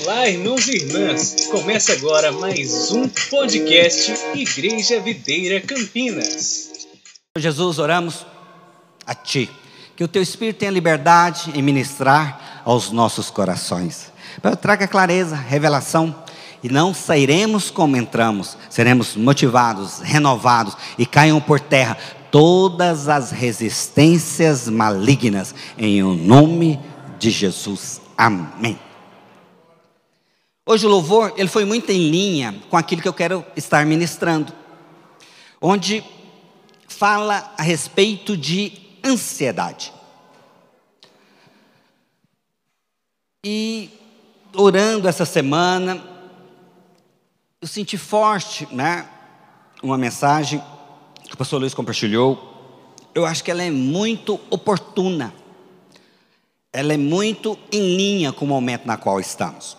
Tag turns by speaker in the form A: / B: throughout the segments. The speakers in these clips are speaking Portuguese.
A: Olá, irmãos e irmãs! Começa agora mais um podcast Igreja Videira Campinas.
B: Jesus, oramos a Ti, que o Teu Espírito tenha liberdade em ministrar aos nossos corações. Traga clareza, revelação, e não sairemos como entramos, seremos motivados, renovados, e caiam por terra todas as resistências malignas, em o nome de Jesus. Amém. Hoje o louvor, ele foi muito em linha com aquilo que eu quero estar ministrando, onde fala a respeito de ansiedade. E orando essa semana, eu senti forte, uma mensagem que o pastor Luiz compartilhou. Eu acho que ela é muito oportuna. Ela é muito em linha com o momento na qual estamos.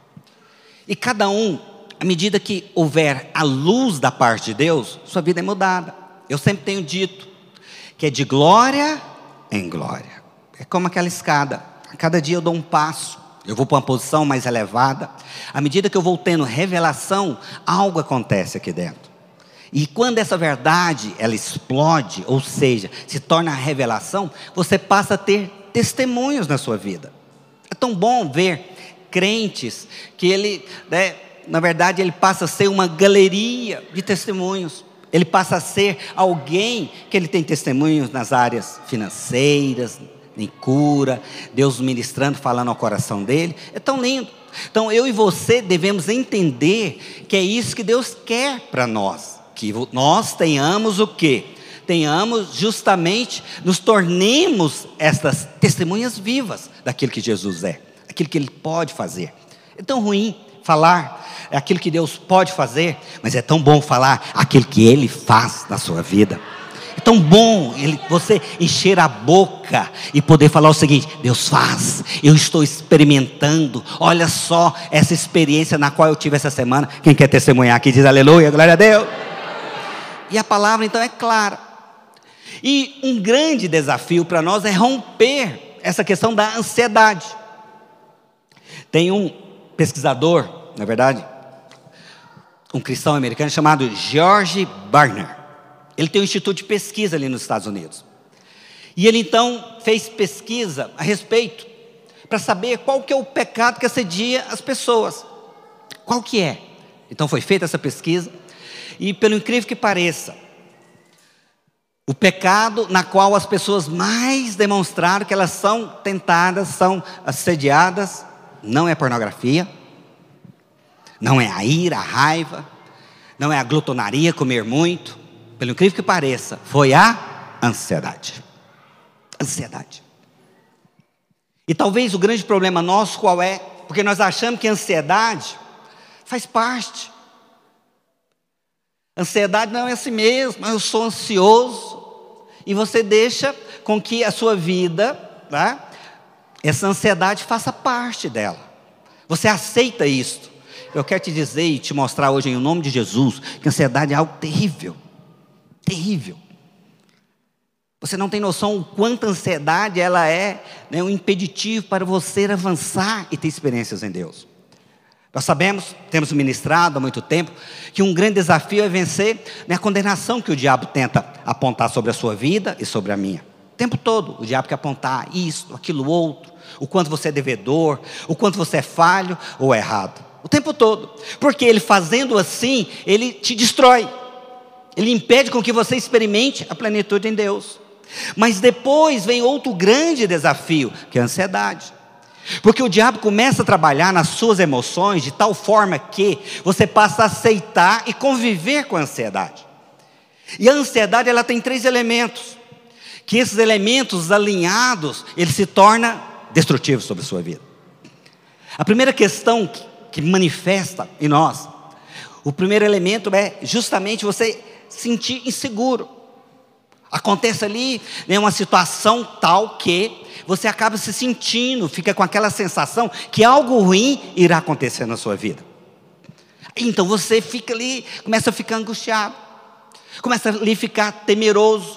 B: E cada um, à medida que houver a luz da parte de Deus, sua vida é mudada. Eu sempre tenho dito que é de glória em glória. É como aquela escada. A cada dia eu dou um passo. Eu vou para uma posição mais elevada. À medida que eu vou tendo revelação, algo acontece aqui dentro. E quando essa verdade, ela explode, ou seja, se torna a revelação, você passa a ter testemunhos na sua vida. É tão bom ver crentes que ele, na verdade, ele passa a ser uma galeria de testemunhos. Ele passa a ser alguém que ele tem testemunhos nas áreas financeiras, em cura, Deus ministrando, falando ao coração dele. É tão lindo. Então eu e você devemos entender que é isso que Deus quer para nós, que nós tenhamos o quê? Tenhamos justamente, nos tornemos estas testemunhas vivas daquilo que Jesus é, aquilo que Ele pode fazer. É tão ruim falar aquilo que Deus pode fazer, mas é tão bom falar aquilo que Ele faz na sua vida. É tão bom você encher a boca e poder falar o seguinte: Deus faz, eu estou experimentando. Olha só essa experiência na qual eu tive essa semana. Quem quer testemunhar aqui diz aleluia, glória a Deus. E a palavra então é clara. E um grande desafio para nós é romper essa questão da ansiedade. Tem um pesquisador, na verdade, um cristão americano chamado George Barna. Ele tem um instituto de pesquisa ali nos Estados Unidos. E ele então fez pesquisa a respeito, para saber qual que é o pecado que assedia as pessoas. Qual que é? Então foi feita essa pesquisa, e pelo incrível que pareça, o pecado na qual as pessoas mais demonstraram que elas são tentadas, são assediadas, não é a pornografia, não é a ira, a raiva, não é a glutonaria, comer muito. Pelo incrível que pareça, foi a ansiedade. Ansiedade. E talvez o grande problema nosso qual é? Porque nós achamos que a ansiedade faz parte. Ansiedade não é assim mesmo, eu sou ansioso. E você deixa com que a sua vida, essa ansiedade faça parte dela. Você aceita isso. Eu quero te dizer e te mostrar hoje em nome de Jesus que a ansiedade é algo terrível. Terrível. Você não tem noção o quanto a ansiedade ela é um impeditivo para você avançar e ter experiências em Deus. Nós sabemos, temos ministrado há muito tempo, que um grande desafio é vencer a condenação que o diabo tenta apontar sobre a sua vida e sobre a minha. O tempo todo o diabo quer apontar isso, aquilo, outro, o quanto você é devedor, o quanto você é falho ou errado. O tempo todo. Porque ele fazendo assim, ele te destrói. Ele impede com que você experimente a plenitude em Deus. Mas depois vem outro grande desafio, que é a ansiedade. Porque o diabo começa a trabalhar nas suas emoções de tal forma que você passa a aceitar e conviver com a ansiedade. E a ansiedade ela tem 3 elementos. Que esses elementos alinhados, ele se torna destrutivo sobre a sua vida. A primeira questão que manifesta em nós, o primeiro elemento é justamente você sentir inseguro. Acontece ali uma situação tal que você acaba se sentindo, fica com aquela sensação que algo ruim irá acontecer na sua vida. Então você fica ali, começa a ficar angustiado, começa ali a ficar temeroso.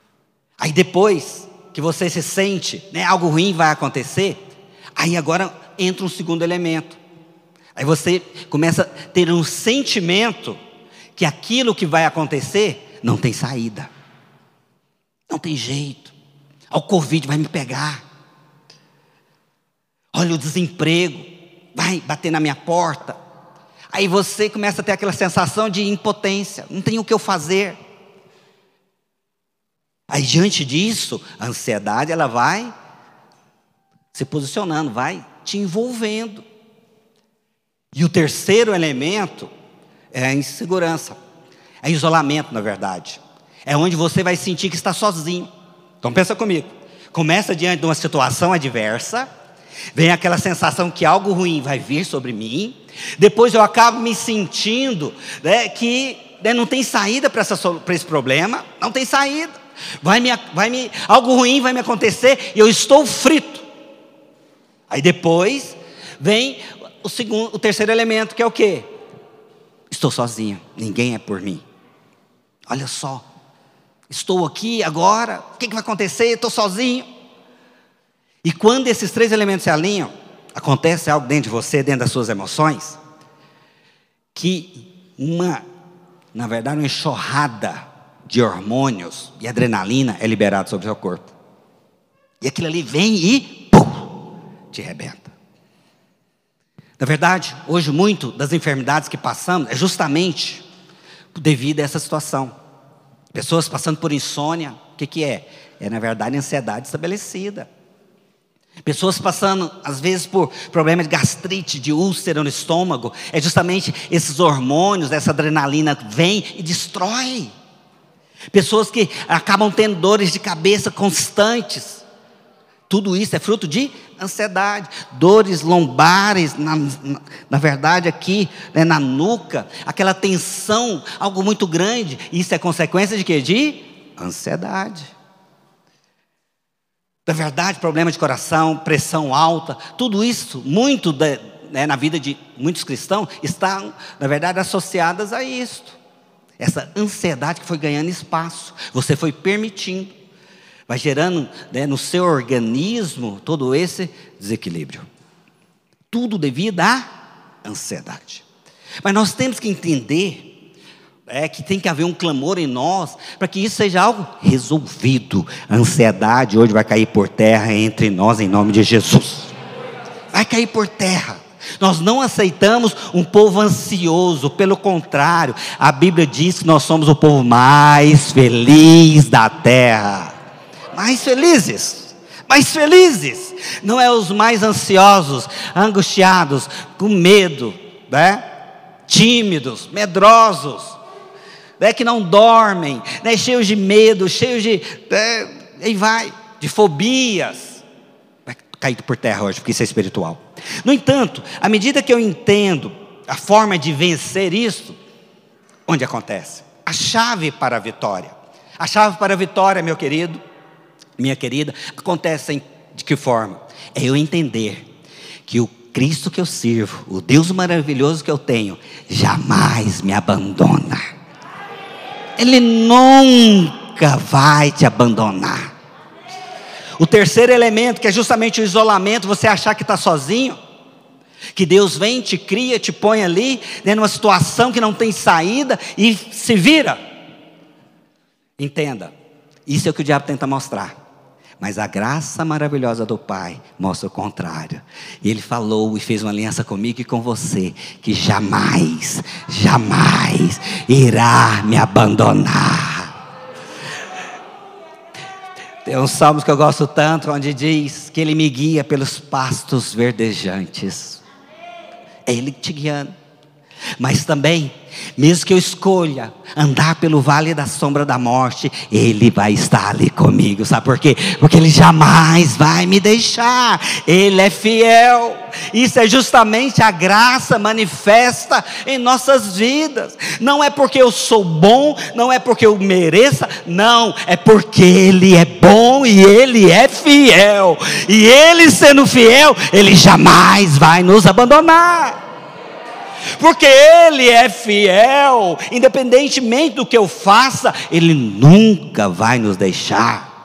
B: Aí depois que você se sente, algo ruim vai acontecer, aí agora entra um segundo elemento. Aí você começa a ter um sentimento que aquilo que vai acontecer não tem saída. Não tem jeito. O Covid vai me pegar. Olha o desemprego, vai bater na minha porta. Aí você começa a ter aquela sensação de impotência. Não tem o que eu fazer. Aí diante disso, a ansiedade ela vai se posicionando, vai te envolvendo. E o terceiro elemento é a insegurança. É isolamento, na verdade. É onde você vai sentir que está sozinho. Então pensa comigo. Começa diante de uma situação adversa. Vem aquela sensação que algo ruim vai vir sobre mim. Depois eu acabo me sentindo que não tem saída para esse problema. Não tem saída. Algo ruim vai me acontecer e eu estou frito. Aí depois vem o terceiro elemento, que é o quê? Estou sozinho, ninguém é por mim. Olha só, estou aqui agora, o que vai acontecer? Estou sozinho. E quando esses três elementos se alinham, acontece algo dentro de você, dentro das suas emoções, que na verdade uma enxurrada de hormônios e adrenalina é liberado sobre o seu corpo. E aquilo ali vem e te arrebenta. Na verdade, hoje muito das enfermidades que passamos é justamente devido a essa situação. Pessoas passando por insônia, o que é? É na verdade ansiedade estabelecida. Pessoas passando às vezes por problema de gastrite, de úlcera no estômago, é justamente esses hormônios, essa adrenalina vem e destrói. Pessoas que acabam tendo dores de cabeça constantes. Tudo isso é fruto de ansiedade. Dores lombares, na verdade aqui, na nuca. Aquela tensão, algo muito grande. Isso é consequência de quê? De ansiedade. Na verdade, problema de coração, pressão alta. Tudo isso, muito na vida de muitos cristãos, estão, na verdade, associadas a isto. Essa ansiedade que foi ganhando espaço, você foi permitindo, vai gerando no seu organismo todo esse desequilíbrio. Tudo devido à ansiedade. Mas nós temos que entender que tem que haver um clamor em nós para que isso seja algo resolvido. A ansiedade hoje vai cair por terra entre nós em nome de Jesus. Vai cair por terra. Nós não aceitamos um povo ansioso, pelo contrário, a Bíblia diz que nós somos o povo mais feliz da terra. Mais felizes, não é os mais ansiosos, angustiados, com medo, tímidos, medrosos, que não dormem, cheios de medo, cheios de de fobias. Vai cair por terra hoje, porque isso é espiritual. No entanto, à medida que eu entendo a forma de vencer isso, onde acontece? A chave para a vitória. A chave para a vitória, meu querido, minha querida, acontece de que forma? É eu entender que o Cristo que eu sirvo, o Deus maravilhoso que eu tenho, jamais me abandona. Ele nunca vai te abandonar. O terceiro elemento, que é justamente o isolamento, você achar que está sozinho, que Deus vem, te cria, te põe ali, numa situação que não tem saída e se vira. Entenda, isso é o que o diabo tenta mostrar. Mas a graça maravilhosa do Pai mostra o contrário. E Ele falou e fez uma aliança comigo e com você, que jamais, jamais irá me abandonar. Tem uns salmos que eu gosto tanto, onde diz que Ele me guia pelos pastos verdejantes. É Ele te guiando. Mas também, mesmo que eu escolha andar pelo vale da sombra da morte, Ele vai estar ali comigo. Sabe por quê? Porque Ele jamais vai me deixar. Ele é fiel. Isso é justamente a graça manifesta em nossas vidas. Não é porque eu sou bom, não é porque eu mereça, não, é porque Ele é bom e Ele é fiel. E Ele sendo fiel, Ele jamais vai nos abandonar. Porque Ele é fiel, independentemente do que eu faça, Ele nunca vai nos deixar.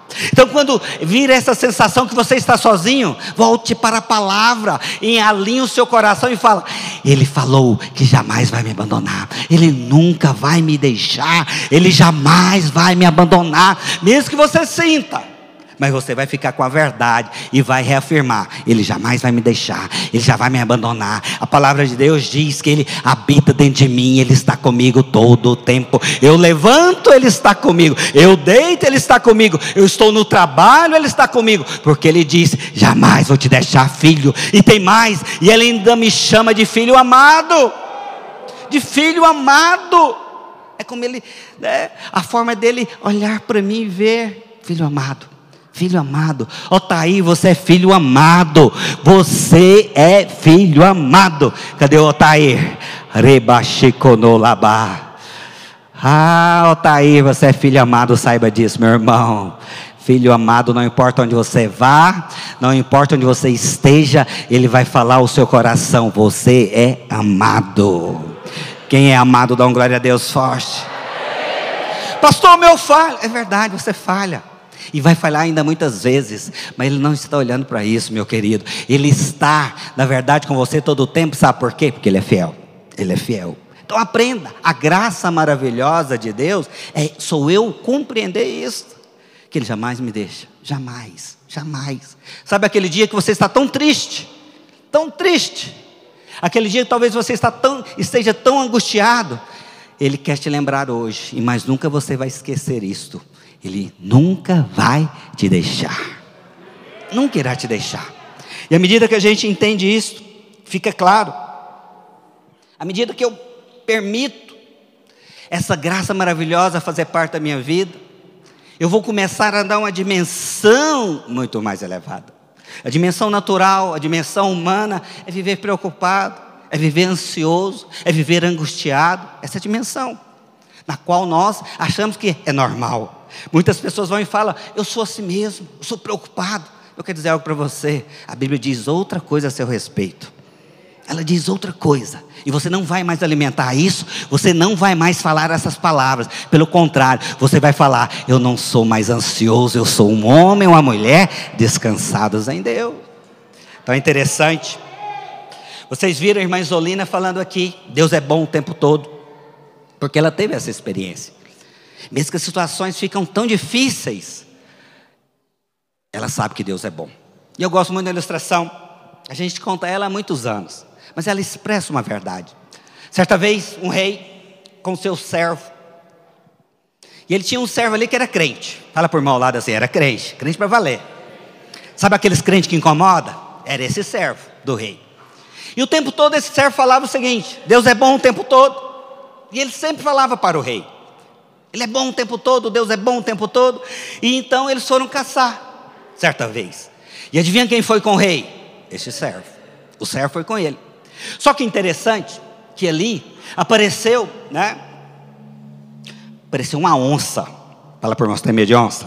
B: Então quando vir essa sensação que você está sozinho, volte para a palavra, e alinhe o seu coração e fala: Ele falou que jamais vai me abandonar, Ele nunca vai me deixar, Ele jamais vai me abandonar. Mesmo que você sinta, mas você vai ficar com a verdade e vai reafirmar: Ele jamais vai me deixar, Ele já vai me abandonar. A palavra de Deus diz que Ele habita dentro de mim, Ele está comigo todo o tempo. Eu levanto, Ele está comigo. Eu deito, Ele está comigo. Eu estou no trabalho, Ele está comigo. Porque Ele disse: jamais vou te deixar, filho. E tem mais, e Ele ainda me chama de filho amado. De filho amado. É como Ele, né, a forma dele olhar para mim e ver: filho amado. Filho amado, Otair, você é filho amado. Você é filho amado. Cadê o Otair? Rebaxiconolabá. Otair, você é filho amado, saiba disso, meu irmão. Filho amado, não importa onde você vá, não importa onde você esteja, Ele vai falar ao seu coração: você é amado. Quem é amado, dá uma glória a Deus forte. Pastor, meu falha. É verdade, você falha. E vai falhar ainda muitas vezes, mas Ele não está olhando para isso, meu querido. Ele está, na verdade, com você todo o tempo. Sabe por quê? Porque Ele é fiel. Ele é fiel. Então aprenda, a graça maravilhosa de Deus sou eu compreender isso, que Ele jamais me deixa, jamais, jamais. Sabe aquele dia que você está tão triste, aquele dia que talvez você esteja tão angustiado, Ele quer te lembrar hoje, e mais nunca você vai esquecer isto: Ele nunca vai te deixar, nunca irá te deixar. E à medida que a gente entende isso, fica claro, à medida que eu permito essa graça maravilhosa fazer parte da minha vida, eu vou começar a dar uma dimensão muito mais elevada. A dimensão natural, a dimensão humana é viver preocupado, é viver ansioso, é viver angustiado. Essa é a dimensão na qual nós achamos que é normal. Muitas pessoas vão e falam: eu sou assim mesmo, eu sou preocupado. Eu quero dizer algo para você: a Bíblia diz outra coisa a seu respeito. Ela diz outra coisa, e você não vai mais alimentar isso, você não vai mais falar essas palavras. Pelo contrário, você vai falar: eu não sou mais ansioso, eu sou um homem, uma mulher descansados em Deus. Então é interessante. Vocês viram a irmã Isolina falando aqui: Deus é bom o tempo todo, porque ela teve essa experiência. Mesmo que as situações ficam tão difíceis, ela sabe que Deus é bom. E eu gosto muito da ilustração. A gente conta ela há muitos anos, mas ela expressa uma verdade. Certa vez, um rei com seu servo, e ele tinha um servo ali que era crente. Fala por irmão ao lado assim: era crente para valer. Sabe aqueles crentes que incomodam? Era esse servo do rei. E o tempo todo esse servo falava o seguinte: Deus é bom o tempo todo. E ele sempre falava para o rei: Ele é bom o tempo todo, Deus é bom o tempo todo. E então eles foram caçar, certa vez. E adivinha quem foi com o rei? Esse servo. O servo foi com ele. Só que interessante, que ali apareceu, né? Apareceu uma onça. Fala por nós, tem medo de onça?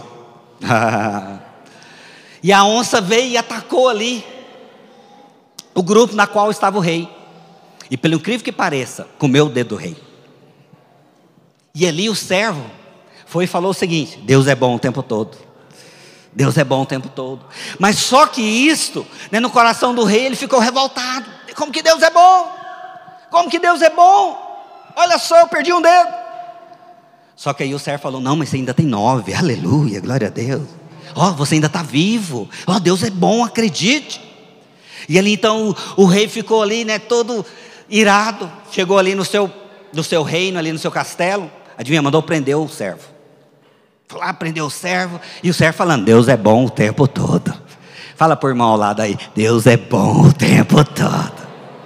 B: E a onça veio e atacou ali o grupo na qual estava o rei. E pelo incrível que pareça, comeu o dedo do rei. E ali o servo foi e falou o seguinte: Deus é bom o tempo todo. Deus é bom o tempo todo. Mas só que isto, né, no coração do rei, ele ficou revoltado. Como que Deus é bom? Como que Deus é bom? Olha só, eu perdi um dedo. Só que aí o servo falou: não, mas você ainda tem 9. Aleluia, glória a Deus. Você ainda está vivo. Deus é bom, acredite. E ali então o rei ficou ali, né, todo irado. Chegou ali no seu reino, ali no seu castelo. Adivinha, mandou prender o servo. Foi lá, prendeu o servo. E o servo falando: Deus é bom o tempo todo. Fala por irmão ao lado aí: Deus é bom o tempo todo.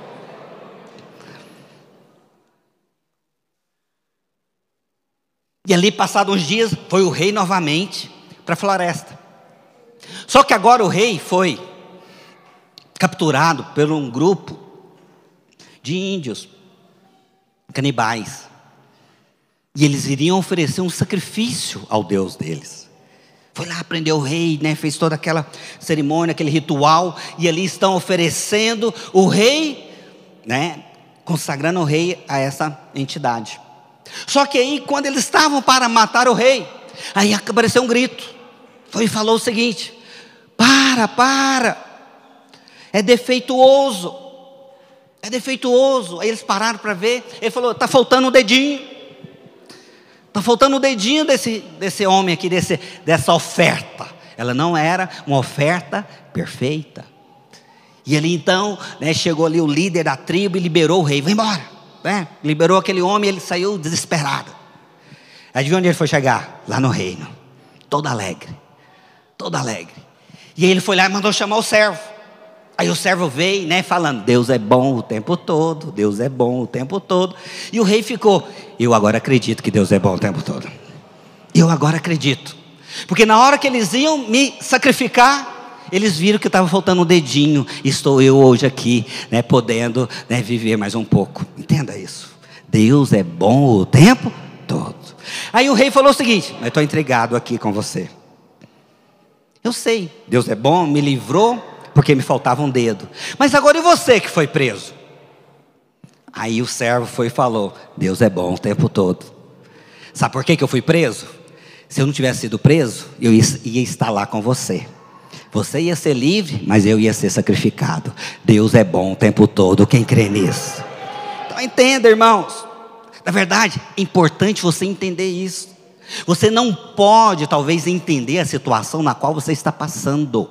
B: E ali, passados uns dias, foi o rei novamente para a floresta. Só que agora o rei foi capturado por um grupo de índios canibais. E eles iriam oferecer um sacrifício ao Deus deles. Foi lá, prendeu o rei, né, fez toda aquela cerimônia, aquele ritual. E ali estão oferecendo o rei, né, consagrando o rei a essa entidade. Só que aí, quando eles estavam para matar o rei, aí apareceu um grito. foi e falou o seguinte: para, é defeituoso. Aí eles pararam para ver. Ele falou: está faltando um dedinho. Está faltando um dedinho desse homem aqui, dessa oferta. Ela não era uma oferta perfeita. E ali então, chegou ali o líder da tribo e liberou o rei. Vai embora, liberou aquele homem e ele saiu desesperado. Adivinha onde ele foi chegar? Lá no reino, todo alegre. E aí ele foi lá e mandou chamar o servo. Aí o servo veio, falando: Deus é bom o tempo todo, Deus é bom o tempo todo. E o rei ficou: eu agora acredito que Deus é bom o tempo todo. Eu agora acredito. Porque na hora que eles iam me sacrificar, eles viram que estava faltando um dedinho. Estou eu hoje aqui, podendo viver mais um pouco. Entenda isso. Deus é bom o tempo todo. Aí o rei falou o seguinte: eu estou entregado aqui com você. Eu sei, Deus é bom, me livrou porque me faltava um dedo. Mas agora e você que foi preso? Aí o servo foi e falou: Deus é bom o tempo todo. Sabe por que eu fui preso? Se eu não tivesse sido preso, eu ia estar lá com você. Você ia ser livre, mas eu ia ser sacrificado. Deus é bom o tempo todo, quem crê nisso? Então entenda, irmãos. Na verdade, é importante você entender isso. Você não pode talvez entender a situação na qual você está passando.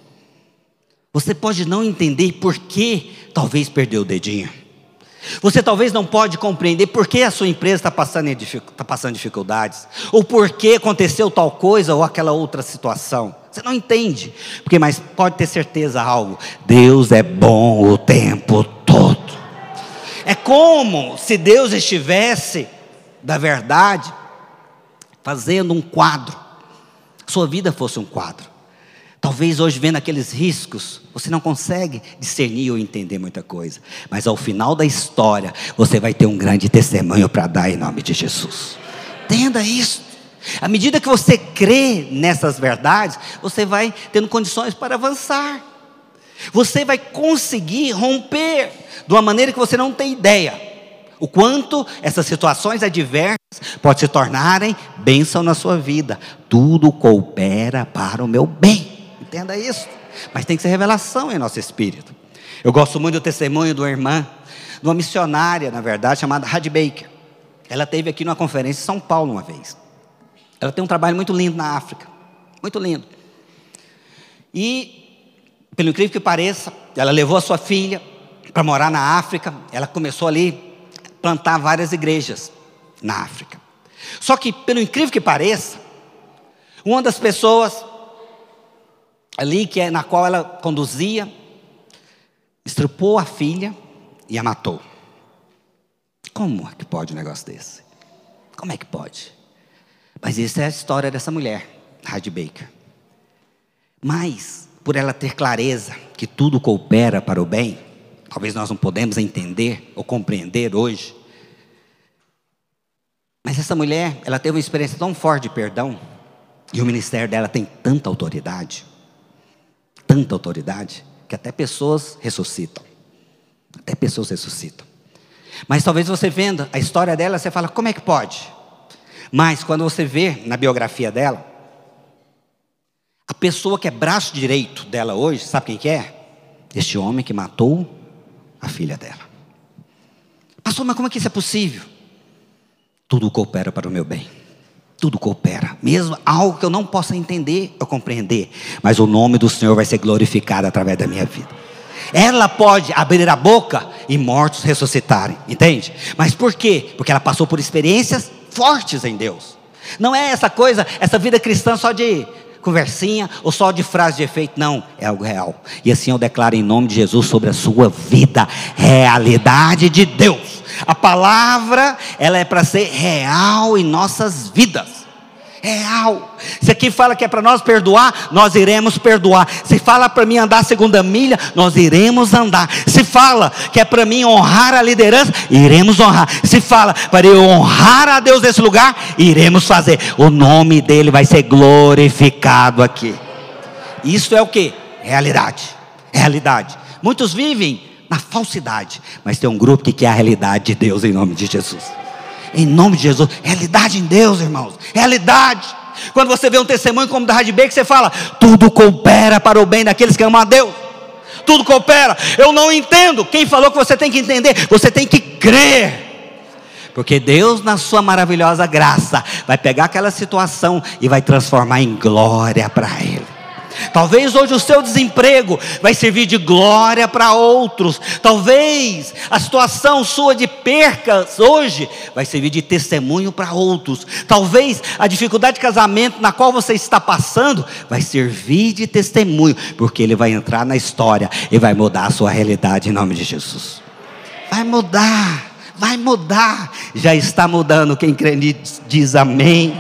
B: Você pode não entender por que talvez perdeu o dedinho. Você talvez não pode compreender por que a sua empresa está passando dificuldades. Ou por que aconteceu tal coisa ou aquela outra situação. Você não entende. Mas pode ter certeza algo: Deus é bom o tempo todo. É como se Deus estivesse, da verdade, fazendo um quadro. Sua vida fosse um quadro. Talvez hoje, vendo aqueles riscos, você não consegue discernir ou entender muita coisa. Mas ao final da história, você vai ter um grande testemunho para dar em nome de Jesus. Entenda isso. À medida que você crê nessas verdades, você vai tendo condições para avançar. Você vai conseguir romper de uma maneira que você não tem ideia. O quanto essas situações adversas podem se tornarem bênção na sua vida. Tudo coopera para o meu bem. Entenda isso. Mas tem que ser revelação em nosso espírito. Eu gosto muito do testemunho de uma irmã, de uma missionária, na verdade, chamada Heidi Baker. Ela esteve aqui numa conferência em São Paulo uma vez. Ela tem um trabalho muito lindo na África. Muito lindo. E, pelo incrível que pareça, ela levou a sua filha para morar na África. Ela começou ali a plantar várias igrejas na África. Só que, pelo incrível que pareça, uma das pessoas ali na qual ela conduzia, estrupou a filha e a matou. Como é que pode um negócio desse? Como é que pode? Mas essa é a história dessa mulher, Heidi Baker. Mas, por ela ter clareza que tudo coopera para o bem, talvez nós não podemos entender ou compreender hoje. Mas essa mulher, ela teve uma experiência tão forte de perdão, e o ministério dela tem tanta autoridade, que até pessoas ressuscitam. Mas talvez você vendo a história dela, você fala: como é que pode? Mas quando você vê na biografia dela, a pessoa que é braço direito dela hoje, sabe quem que é? Este homem que matou a filha dela. Pastor, mas como é que isso é possível? Tudo coopera para o meu bem. Tudo coopera, mesmo algo que eu não possa entender ou compreender, mas o nome do Senhor vai ser glorificado através da minha vida. Ela pode abrir a boca e mortos ressuscitarem, entende? Mas por quê? Porque ela passou por experiências fortes em Deus. Não é essa coisa, essa vida cristã só de conversinha ou só de frase de efeito, não, é algo real. E assim eu declaro em nome de Jesus sobre a sua vida, realidade de Deus. A palavra, ela é para ser real em nossas vidas. Real. Se aqui fala que é para nós perdoar, nós iremos perdoar. Se fala para mim andar a segunda milha, nós iremos andar. Se fala que é para mim honrar a liderança, iremos honrar. Se fala para eu honrar a Deus nesse lugar, iremos fazer. O nome dele vai ser glorificado aqui. Isso é o que? Realidade. Realidade. Muitos vivem na falsidade, mas tem um grupo que quer a realidade de Deus em nome de Jesus. Em nome de Jesus, realidade em Deus, irmãos, realidade. Quando você vê um testemunho como o da Rádio Baker, você fala: tudo coopera para o bem daqueles que amam a Deus. Tudo coopera. Eu não entendo. Quem falou que você tem que entender? Você tem que crer. Porque Deus, na sua maravilhosa graça, vai pegar aquela situação e vai transformar em glória para Ele. Talvez hoje o seu desemprego vai servir de glória para outros. Talvez a situação sua de percas hoje vai servir de testemunho para outros. Talvez a dificuldade de casamento na qual você está passando vai servir de testemunho, porque ele vai entrar na história e vai mudar a sua realidade em nome de Jesus. Vai mudar. Vai mudar, já está mudando. Quem crê nisso diz amém.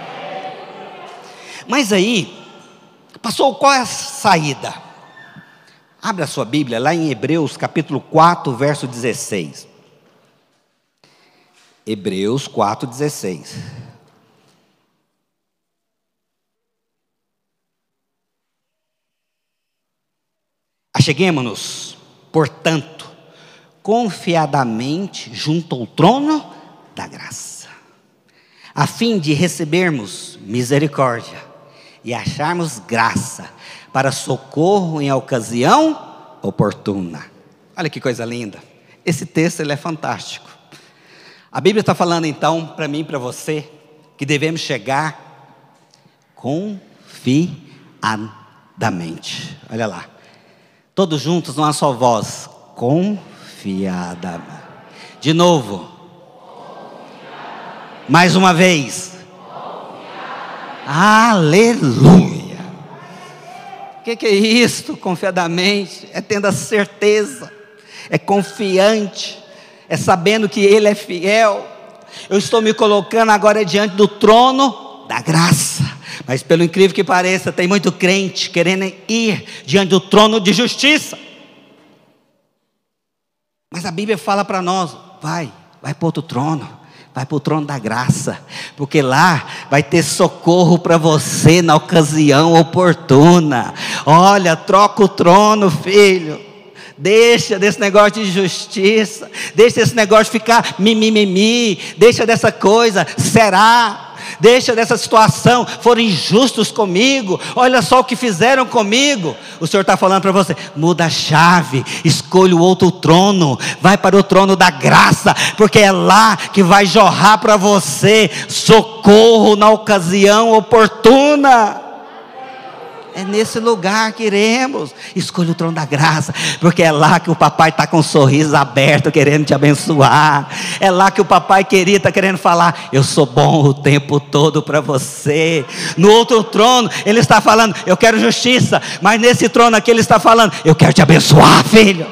B: Mas aí, pastor, qual é a saída? Abra a sua Bíblia lá em Hebreus capítulo 4, verso 16. Hebreus 4, 16. Acheguemo-nos, portanto, confiadamente junto ao trono da graça, a fim de recebermos misericórdia e acharmos graça para socorro em ocasião oportuna. Olha que coisa linda. Esse texto ele é fantástico. A Bíblia está falando então para mim e para você que devemos chegar confiadamente. Olha lá, todos juntos numa só voz, confiadamente. De novo. Mais uma vez. Aleluia. O que é isso? Confiadamente. É tendo a certeza. É confiante. É sabendo que Ele é fiel. Eu estou me colocando agora diante do trono da graça. Mas pelo incrível que pareça, tem muito crente querendo ir diante do trono de justiça. Mas a Bíblia fala para nós: vai para outro trono, vai para o trono da graça, porque lá vai ter socorro para você na ocasião oportuna. Olha, troca o trono, filho, deixa desse negócio de justiça, deixa desse negócio de ficar mimimi, deixa dessa coisa, será? Deixa dessa situação, foram injustos comigo, olha só o que fizeram comigo. O Senhor está falando para você: muda a chave, escolha o outro trono, vai para o trono da graça, porque é lá que vai jorrar para você socorro na ocasião oportuna. É nesse lugar que iremos. Escolha o trono da graça, porque é lá que o papai está com o sorriso aberto, querendo te abençoar. É lá que o papai querido está querendo falar: eu sou bom o tempo todo para você. No outro trono ele está falando: eu quero justiça. Mas nesse trono aqui ele está falando: eu quero te abençoar, filho.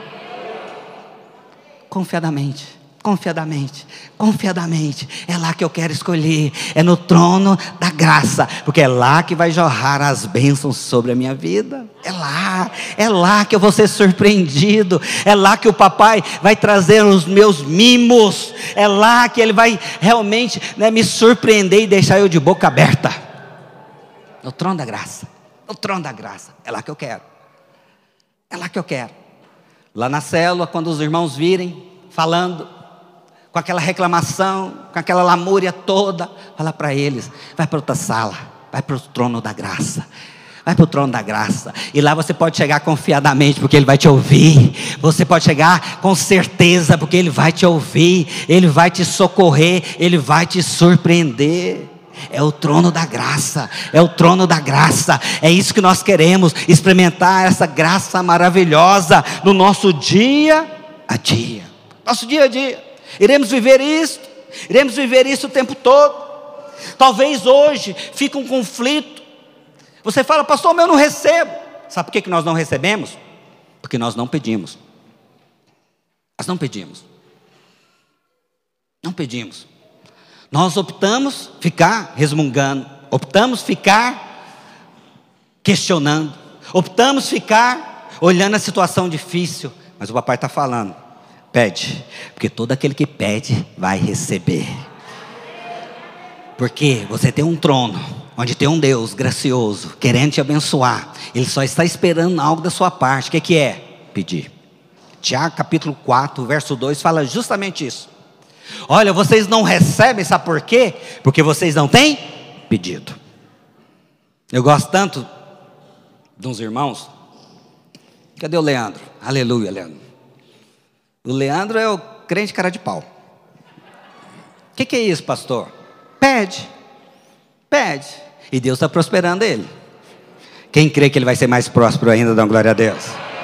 B: Confiadamente. Confiadamente, confiadamente, é lá que eu quero escolher, é no trono da graça, porque é lá que vai jorrar as bênçãos sobre a minha vida, é lá que eu vou ser surpreendido, é lá que o papai vai trazer os meus mimos, é lá que ele vai realmente me surpreender e deixar eu de boca aberta, no trono da graça, no trono da graça, é lá que eu quero, lá na célula, quando os irmãos virem, falando, com aquela reclamação, com aquela lamúria toda, fala para eles: vai para outra sala, vai para o trono da graça, vai para o trono da graça, e lá você pode chegar confiadamente, porque Ele vai te ouvir. Você pode chegar com certeza, porque Ele vai te ouvir, Ele vai te socorrer, Ele vai te surpreender. É o trono da graça, é o trono da graça, é isso que nós queremos, experimentar essa graça maravilhosa no nosso dia a dia, nosso dia a dia. Iremos viver isso o tempo todo. Talvez hoje fique um conflito. Você fala: pastor, mas eu não recebo. Sabe por que nós não recebemos? Porque nós não pedimos. Nós não pedimos. Não pedimos. Nós optamos ficar resmungando, optamos ficar questionando, optamos ficar olhando a situação difícil. Mas o papai está falando: pede, porque todo aquele que pede vai receber. Porque você tem um trono, onde tem um Deus gracioso, querendo te abençoar. Ele só está esperando algo da sua parte. O que é? Pedir. Tiago capítulo 4, verso 2 fala justamente isso. Olha, vocês não recebem, sabe por quê? Porque vocês não têm pedido. Eu gosto tanto de uns irmãos. Cadê o Leandro? Aleluia, Leandro. O Leandro é o crente cara de pau. O que é isso, pastor? Pede. E Deus está prosperando ele. Quem crê que ele vai ser mais próspero ainda, dá glória a Deus.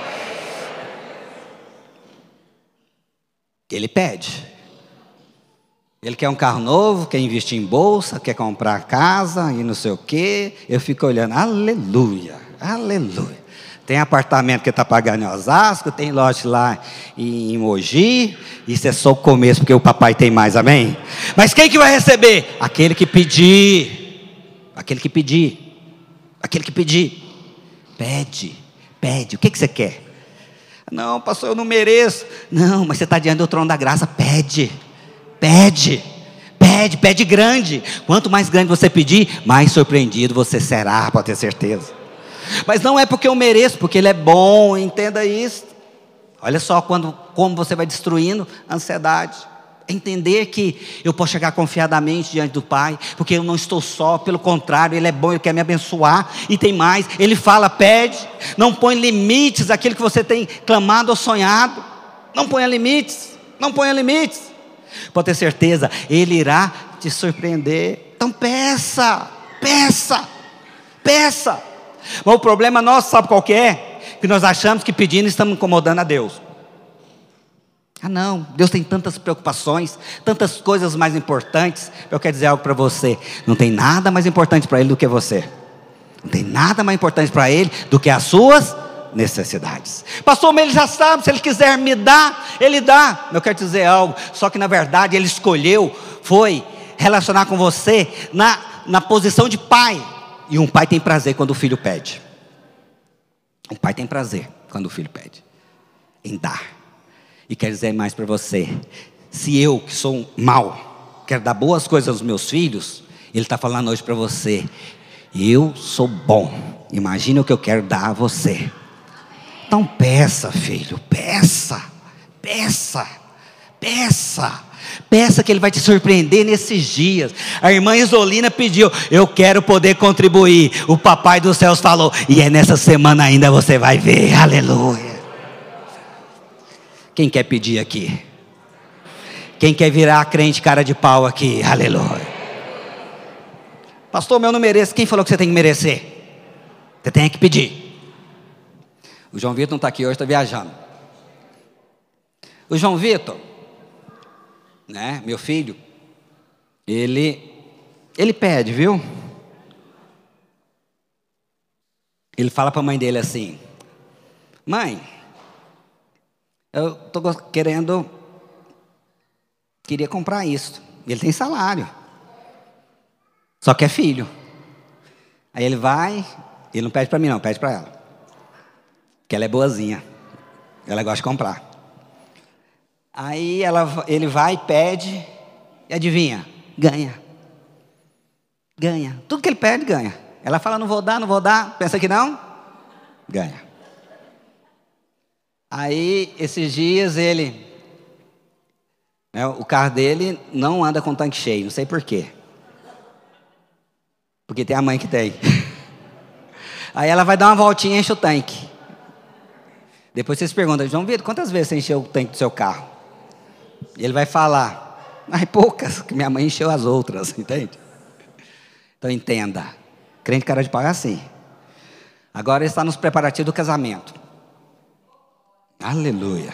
B: Ele pede. Ele quer um carro novo, quer investir em bolsa, quer comprar casa e não sei o quê. Eu fico olhando, aleluia, aleluia. Tem apartamento que está pagando em Osasco, tem lote lá em Mogi. Isso é só o começo, porque o papai tem mais, amém? Mas quem que vai receber? Aquele que pedir. Aquele que pedir. Aquele que pedir. Pede. O que você quer? Não, pastor, eu não mereço. Não, mas você está diante do trono da graça. Pede grande. Quanto mais grande você pedir, mais surpreendido você será, pode ter certeza. Mas não é porque eu mereço, porque Ele é bom, entenda isso. Olha só como você vai destruindo a ansiedade. Entender que eu posso chegar confiadamente diante do Pai, porque eu não estou só, pelo contrário, Ele é bom, Ele quer me abençoar. E tem mais, Ele fala, pede. Não põe limites àquilo que você tem clamado ou sonhado. Não ponha limites. Pode ter certeza, Ele irá te surpreender. Então peça. Mas o problema nosso, sabe qual que é? Que nós achamos que pedindo estamos incomodando a Deus. Não, Deus tem tantas preocupações, tantas coisas mais importantes. Eu quero dizer algo para você: não tem nada mais importante para Ele do que você. Não tem nada mais importante para Ele do que as suas necessidades. Pastor, mas Ele já sabe, se Ele quiser me dar, Ele dá. Eu quero dizer algo, só que na verdade Ele escolheu, foi relacionar com você na posição de pai. E um pai tem prazer quando o filho pede. Um pai tem prazer quando o filho pede em dar. E quero dizer mais para você: se eu, que sou mau, quero dar boas coisas aos meus filhos, Ele está falando hoje para você: eu sou bom, imagina o que eu quero dar a você. Então peça, filho, peça que Ele vai te surpreender nesses dias. A irmã Isolina pediu: eu quero poder contribuir. O papai dos céus falou: e é nessa semana ainda você vai ver. Aleluia. Quem quer pedir aqui? Quem quer virar crente cara de pau aqui? Aleluia. Pastor, eu não mereço. Quem falou que você tem que merecer? Você tem que pedir. O João Vitor não está aqui hoje, está viajando. O João Vitor, né, meu filho, ele pede, viu? Ele fala para a mãe dele assim: mãe, eu estou queria comprar isso. Ele tem salário, só que é filho. Aí ele vai, ele não pede para mim não, pede para ela, que ela é boazinha, ela gosta de comprar. Aí ele vai, pede, e adivinha? Ganha. Tudo que ele pede, ganha. Ela fala: não vou dar, pensa que não? Ganha. Aí, esses dias, o carro dele não anda com tanque cheio, não sei por quê. Porque tem a mãe que tem. Aí ela vai dar uma voltinha e enche o tanque. Depois vocês perguntam: João Vitor, quantas vezes você encheu o tanque do seu carro? Ele vai falar: poucas, que minha mãe encheu as outras, entende? Então entenda, crente cara de pau é assim. Agora ele está nos preparativos do casamento. Aleluia.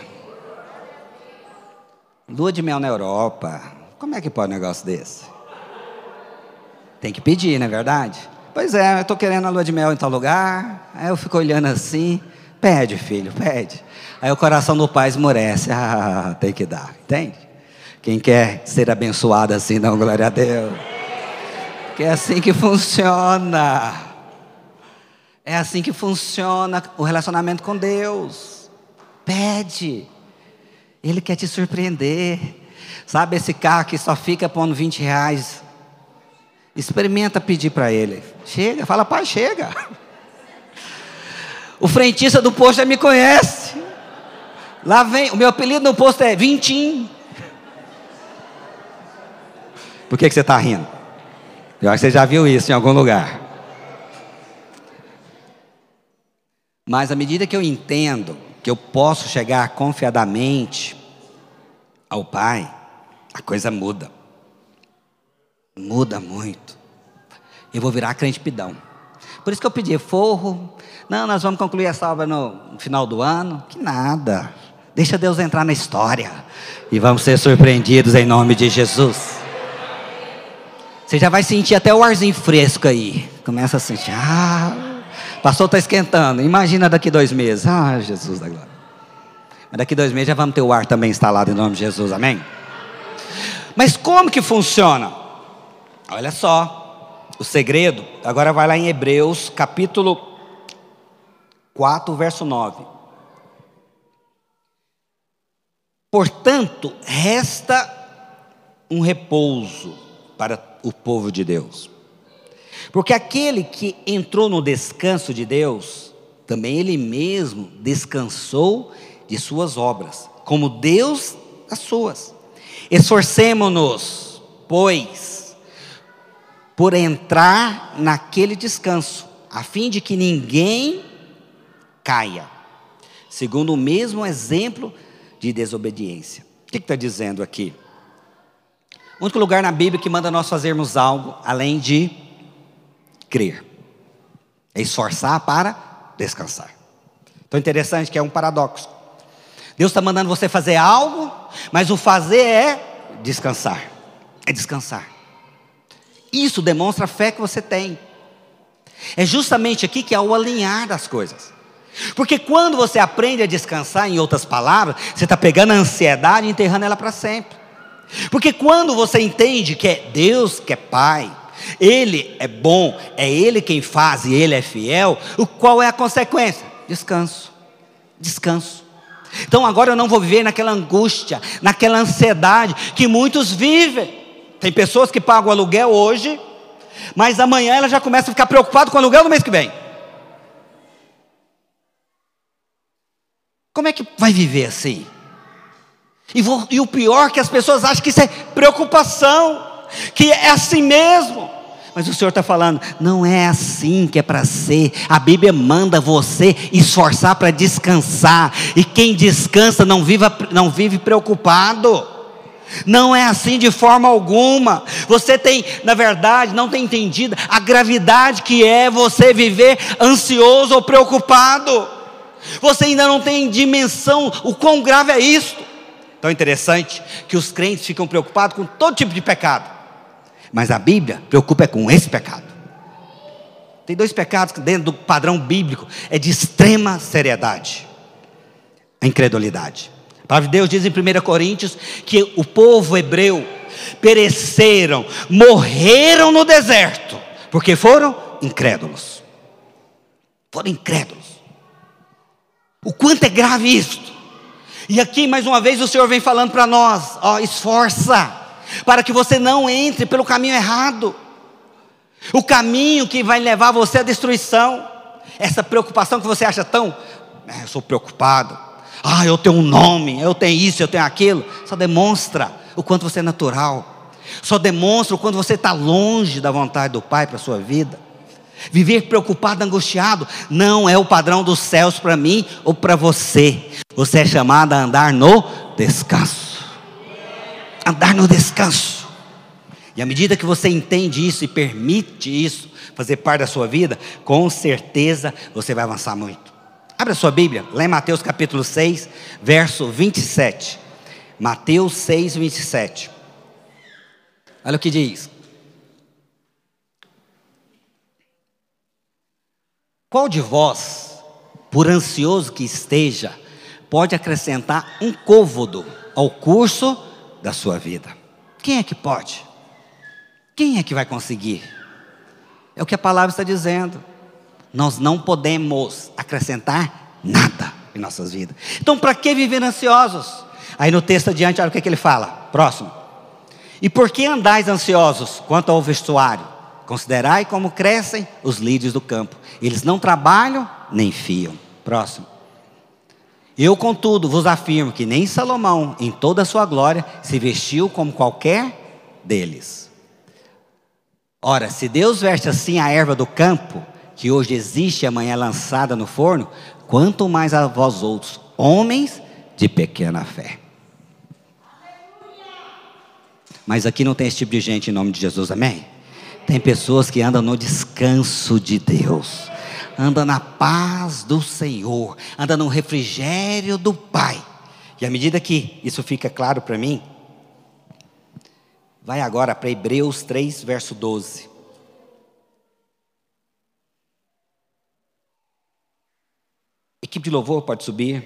B: Lua de mel na Europa. Como é que pode um negócio desse? Tem que pedir, não é verdade? Pois é, eu estou querendo a lua de mel em tal lugar. Aí eu fico olhando assim: pede, filho, pede. Aí o coração do pai esmorece: tem que dar, entende? Quem quer ser abençoado assim, dá glória a Deus. Que é assim que funciona. É assim que funciona o relacionamento com Deus. Pede. Ele quer te surpreender. Sabe esse carro que só fica pondo R$20? Experimenta pedir para ele. Chega, fala: pai, chega. O frentista do posto já me conhece. Lá vem, o meu apelido no posto é Vintim. Por que você está rindo? Eu acho que você já viu isso em algum lugar. Mas à medida que eu entendo que eu posso chegar confiadamente ao Pai, a coisa muda. Muda muito. Eu vou virar crente pidão. Por isso que eu pedi forro. Não, nós vamos concluir essa obra no final do ano. Que nada. Deixa Deus entrar na história. E vamos ser surpreendidos em nome de Jesus. Você já vai sentir até o arzinho fresco aí. Começa a sentir. O pastor está esquentando. Imagina daqui 2 meses. Jesus da glória. Mas daqui 2 meses já vamos ter o ar também instalado em nome de Jesus. Amém? Mas como que funciona? Olha só. O segredo. Agora vai lá em Hebreus capítulo 4, verso 9. Portanto, resta um repouso para o povo de Deus. Porque aquele que entrou no descanso de Deus, também ele mesmo descansou de suas obras, como Deus das suas. Esforcemo-nos, pois, por entrar naquele descanso, a fim de que ninguém caia, segundo o mesmo exemplo de desobediência. O que está dizendo aqui? O único lugar na Bíblia que manda nós fazermos algo além de crer é esforçar para descansar. Então interessante que é um paradoxo. Deus está mandando você fazer algo, mas o fazer é descansar. É descansar. Isso demonstra a fé que você tem. É justamente aqui que é o alinhar das coisas. Porque quando você aprende a descansar, em outras palavras, você está pegando a ansiedade e enterrando ela para sempre. Porque quando você entende que é Deus que é Pai, Ele é bom, é Ele quem faz e Ele é fiel, qual é a consequência? Descanso. Descanso. Então agora eu não vou viver naquela angústia, naquela ansiedade que muitos vivem. Tem pessoas que pagam aluguel hoje, mas amanhã ela já começa a ficar preocupada com o aluguel do mês que vem. Como é que vai viver assim? E o pior é que as pessoas acham que isso é preocupação, que é assim mesmo. Mas o Senhor está falando, não é assim que é para ser. A Bíblia manda você esforçar para descansar. E quem descansa não vive preocupado. Não é assim de forma alguma. Você tem, na verdade, não tem entendido a gravidade que é você viver ansioso ou preocupado. Você ainda não tem dimensão o quão grave é isso. Então é interessante que os crentes ficam preocupados com todo tipo de pecado, mas a Bíblia preocupa com esse pecado. Tem 2 pecados que dentro do padrão bíblico é de extrema seriedade: a incredulidade. A palavra de Deus diz em 1 Coríntios que o povo hebreu pereceram, morreram no deserto, porque foram incrédulos. Foram incrédulos. O quanto é grave isso. E aqui mais uma vez o Senhor vem falando para nós, esforça, para que você não entre pelo caminho errado, o caminho que vai levar você à destruição. Essa preocupação que você acha tão, eu sou preocupado, eu tenho um nome, eu tenho isso, eu tenho aquilo, só demonstra o quanto você é natural, só demonstra o quanto você está longe da vontade do Pai para a sua vida. Viver preocupado, angustiado, não é o padrão dos céus para mim ou para você. Você é chamado a andar no descanso. Andar no descanso. E à medida que você entende isso e permite isso fazer parte da sua vida, com certeza você vai avançar muito. Abra a sua Bíblia, lá em Mateus capítulo 6, verso 27. Mateus 6, 27. Olha o que diz. Qual de vós, por ansioso que esteja, pode acrescentar um côvado ao curso da sua vida? Quem é que pode? Quem é que vai conseguir? É o que a palavra está dizendo. Nós não podemos acrescentar nada em nossas vidas. Então para que viver ansiosos? Aí no texto adiante, olha o que ele fala. Próximo. E por que andais ansiosos quanto ao vestuário? Considerai como crescem os lírios do campo. Eles não trabalham nem fiam. Próximo. Eu, contudo, vos afirmo que nem Salomão, em toda a sua glória, se vestiu como qualquer deles. Ora, se Deus veste assim a erva do campo, que hoje existe e amanhã é lançada no forno, quanto mais a vós outros, homens de pequena fé. Mas aqui não tem esse tipo de gente em nome de Jesus, amém? Tem pessoas que andam no descanso de Deus, andam na paz do Senhor, andam no refrigério do Pai. E à medida que isso fica claro para mim, vai agora para Hebreus 3, verso 12. Equipe de louvor pode subir.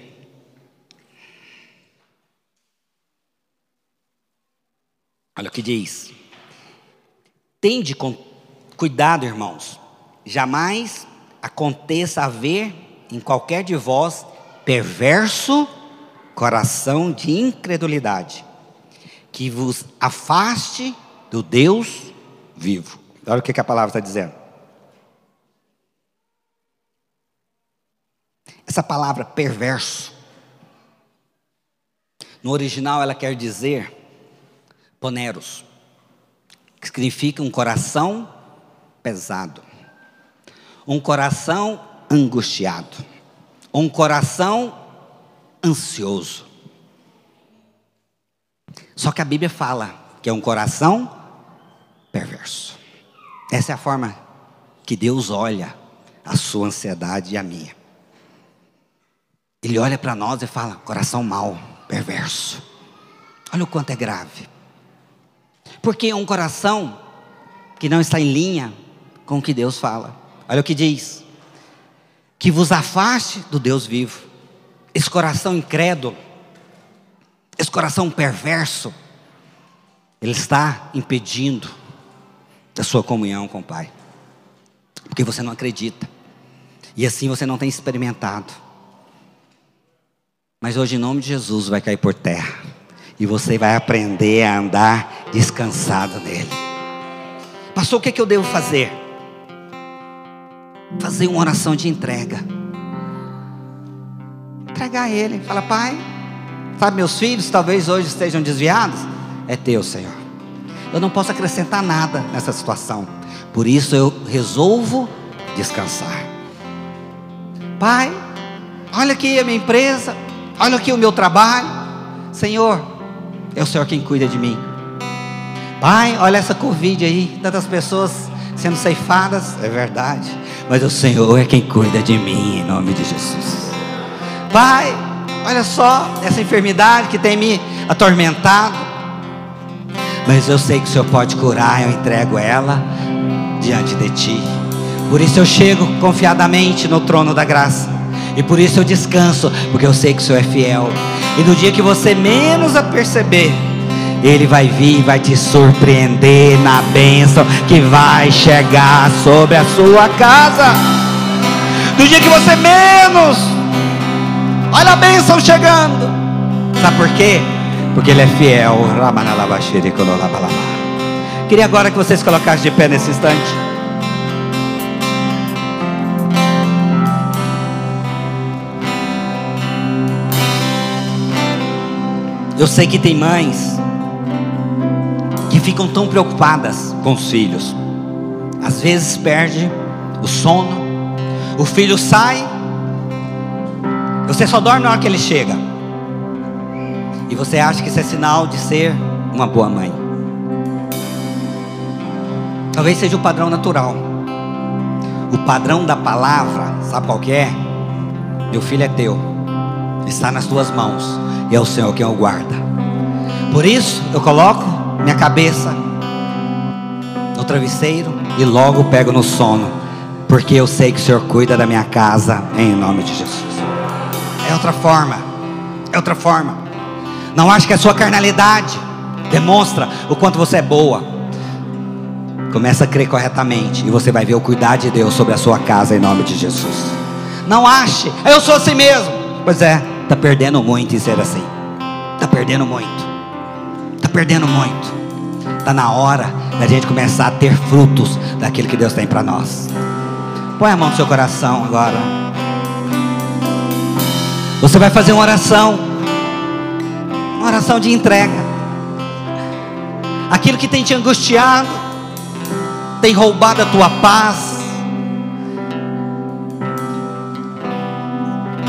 B: Olha o que diz. Tende com cuidado, irmãos, jamais aconteça haver em qualquer de vós perverso coração de incredulidade, que vos afaste do Deus vivo. Olha o que a palavra está dizendo. Essa palavra perverso, no original ela quer dizer poneros, que significa um coração pesado, um coração angustiado, um coração ansioso. Só que a Bíblia fala que é um coração perverso. Essa é a forma que Deus olha a sua ansiedade e a minha. Ele olha para nós e fala, coração mau, perverso. Olha o quanto é grave. Porque é um coração que não está em linha com o que Deus fala. Olha o que diz. Que vos afaste do Deus vivo. Esse coração incrédulo, esse coração perverso, ele está impedindo da sua comunhão com o Pai. Porque você não acredita. E assim você não tem experimentado. Mas hoje em nome de Jesus vai cair por terra. E você vai aprender a andar descansado nele. Pastor, o que eu devo fazer? Fazer uma oração de entrega. Entregar a ele. Fala, Pai, sabe, meus filhos talvez hoje estejam desviados. É teu, Senhor. Eu não posso acrescentar nada nessa situação. Por isso eu resolvo descansar. Pai, olha aqui a minha empresa. Olha aqui o meu trabalho. Senhor, é o Senhor quem cuida de mim. Pai, olha essa Covid aí, tantas pessoas sendo ceifadas. É verdade, mas o Senhor é quem cuida de mim, em nome de Jesus. Pai, olha só essa enfermidade que tem me atormentado, mas eu sei que o Senhor pode curar. Eu entrego ela diante de Ti. Por isso eu chego confiadamente no trono da graça. E por isso eu descanso, porque eu sei que o Senhor é fiel. E no dia que você menos a perceber, Ele vai vir e vai te surpreender na bênção que vai chegar sobre a sua casa. No dia que você menos, olha a bênção chegando. Sabe por quê? Porque Ele é fiel. Queria agora que vocês colocassem de pé nesse instante. Eu sei que tem mães que ficam tão preocupadas com os filhos. Às vezes perde o sono. O filho sai, você só dorme na hora que ele chega. E você acha que isso é sinal de ser uma boa mãe. Talvez seja o padrão natural. O padrão da palavra, sabe qual que é? Meu filho é teu, está nas tuas mãos, e é o Senhor quem o guarda. Por isso eu coloco minha cabeça no travesseiro e logo pego no sono, porque eu sei que o Senhor cuida da minha casa, em nome de Jesus. É outra forma. É outra forma. Não acho que a sua carnalidade demonstra o quanto você é boa. Começa a crer corretamente e você vai ver o cuidado de Deus sobre a sua casa, em nome de Jesus. Não ache, eu sou assim mesmo. Pois é, está perdendo muito em ser assim. Está perdendo muito. Está perdendo muito. Está na hora da gente começar a ter frutos daquilo que Deus tem para nós. Põe a mão no seu coração agora. Você vai fazer uma oração de entrega. Aquilo que tem te angustiado, tem roubado a tua paz,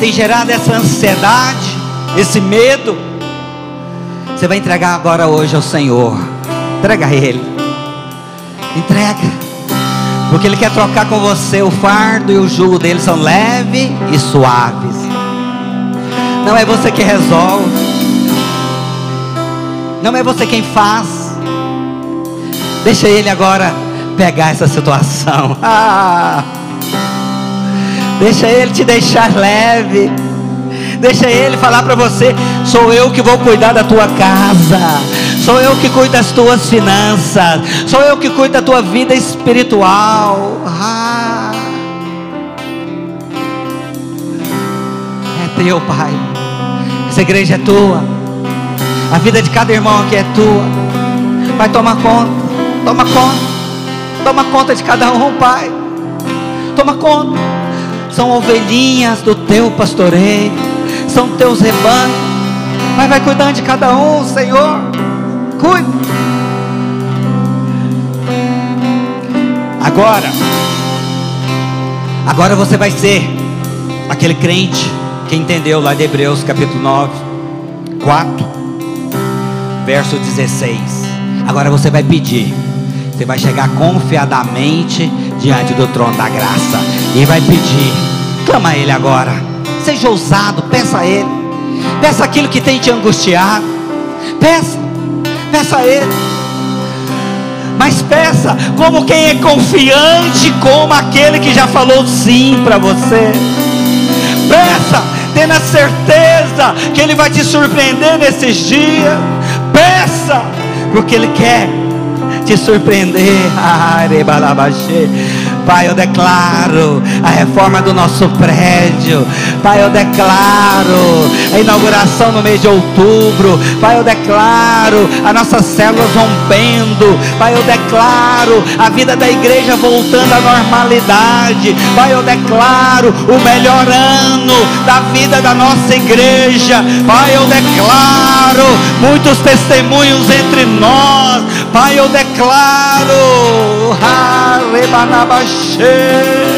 B: tem gerado essa ansiedade, esse medo, você vai entregar agora hoje ao Senhor. Entrega a Ele. Entrega. Porque Ele quer trocar com você. O fardo e o jugo dele são leves e suaves. Não é você que resolve. Não é você quem faz. Deixa Ele agora pegar essa situação. Deixa Ele te deixar leve. Deixa Ele falar para você: sou eu que vou cuidar da tua casa, sou eu que cuido das tuas finanças, sou eu que cuido da tua vida espiritual. É teu, Pai. Essa igreja é tua. A vida de cada irmão aqui é tua. Pai, toma conta. Toma conta. Toma conta de cada um, Pai. Toma conta. São ovelhinhas do teu pastoreio, são teus rebanhos. Mas vai cuidando de cada um, Senhor. Cuida. Agora você vai ser aquele crente que entendeu lá de Hebreus capítulo 9, 4, verso 16. Agora você vai pedir. Você vai chegar confiadamente diante do trono da graça e vai pedir. Clama a Ele agora. Seja ousado, peça a Ele. Peça aquilo que tem te angustiado. Peça a Ele. Mas peça como quem é confiante, como aquele que já falou sim para você. Peça, tendo a certeza que Ele vai te surpreender nesses dias. Peça, porque Ele quer te surpreender. Pai, eu declaro a reforma do nosso prédio. Pai, eu declaro a inauguração no mês de outubro. Pai, eu declaro as nossas células rompendo. Pai, eu declaro a vida da igreja voltando à normalidade. Pai, eu declaro o melhor ano da vida da nossa igreja. Pai, eu declaro muitos testemunhos entre nós. Pai, eu declaro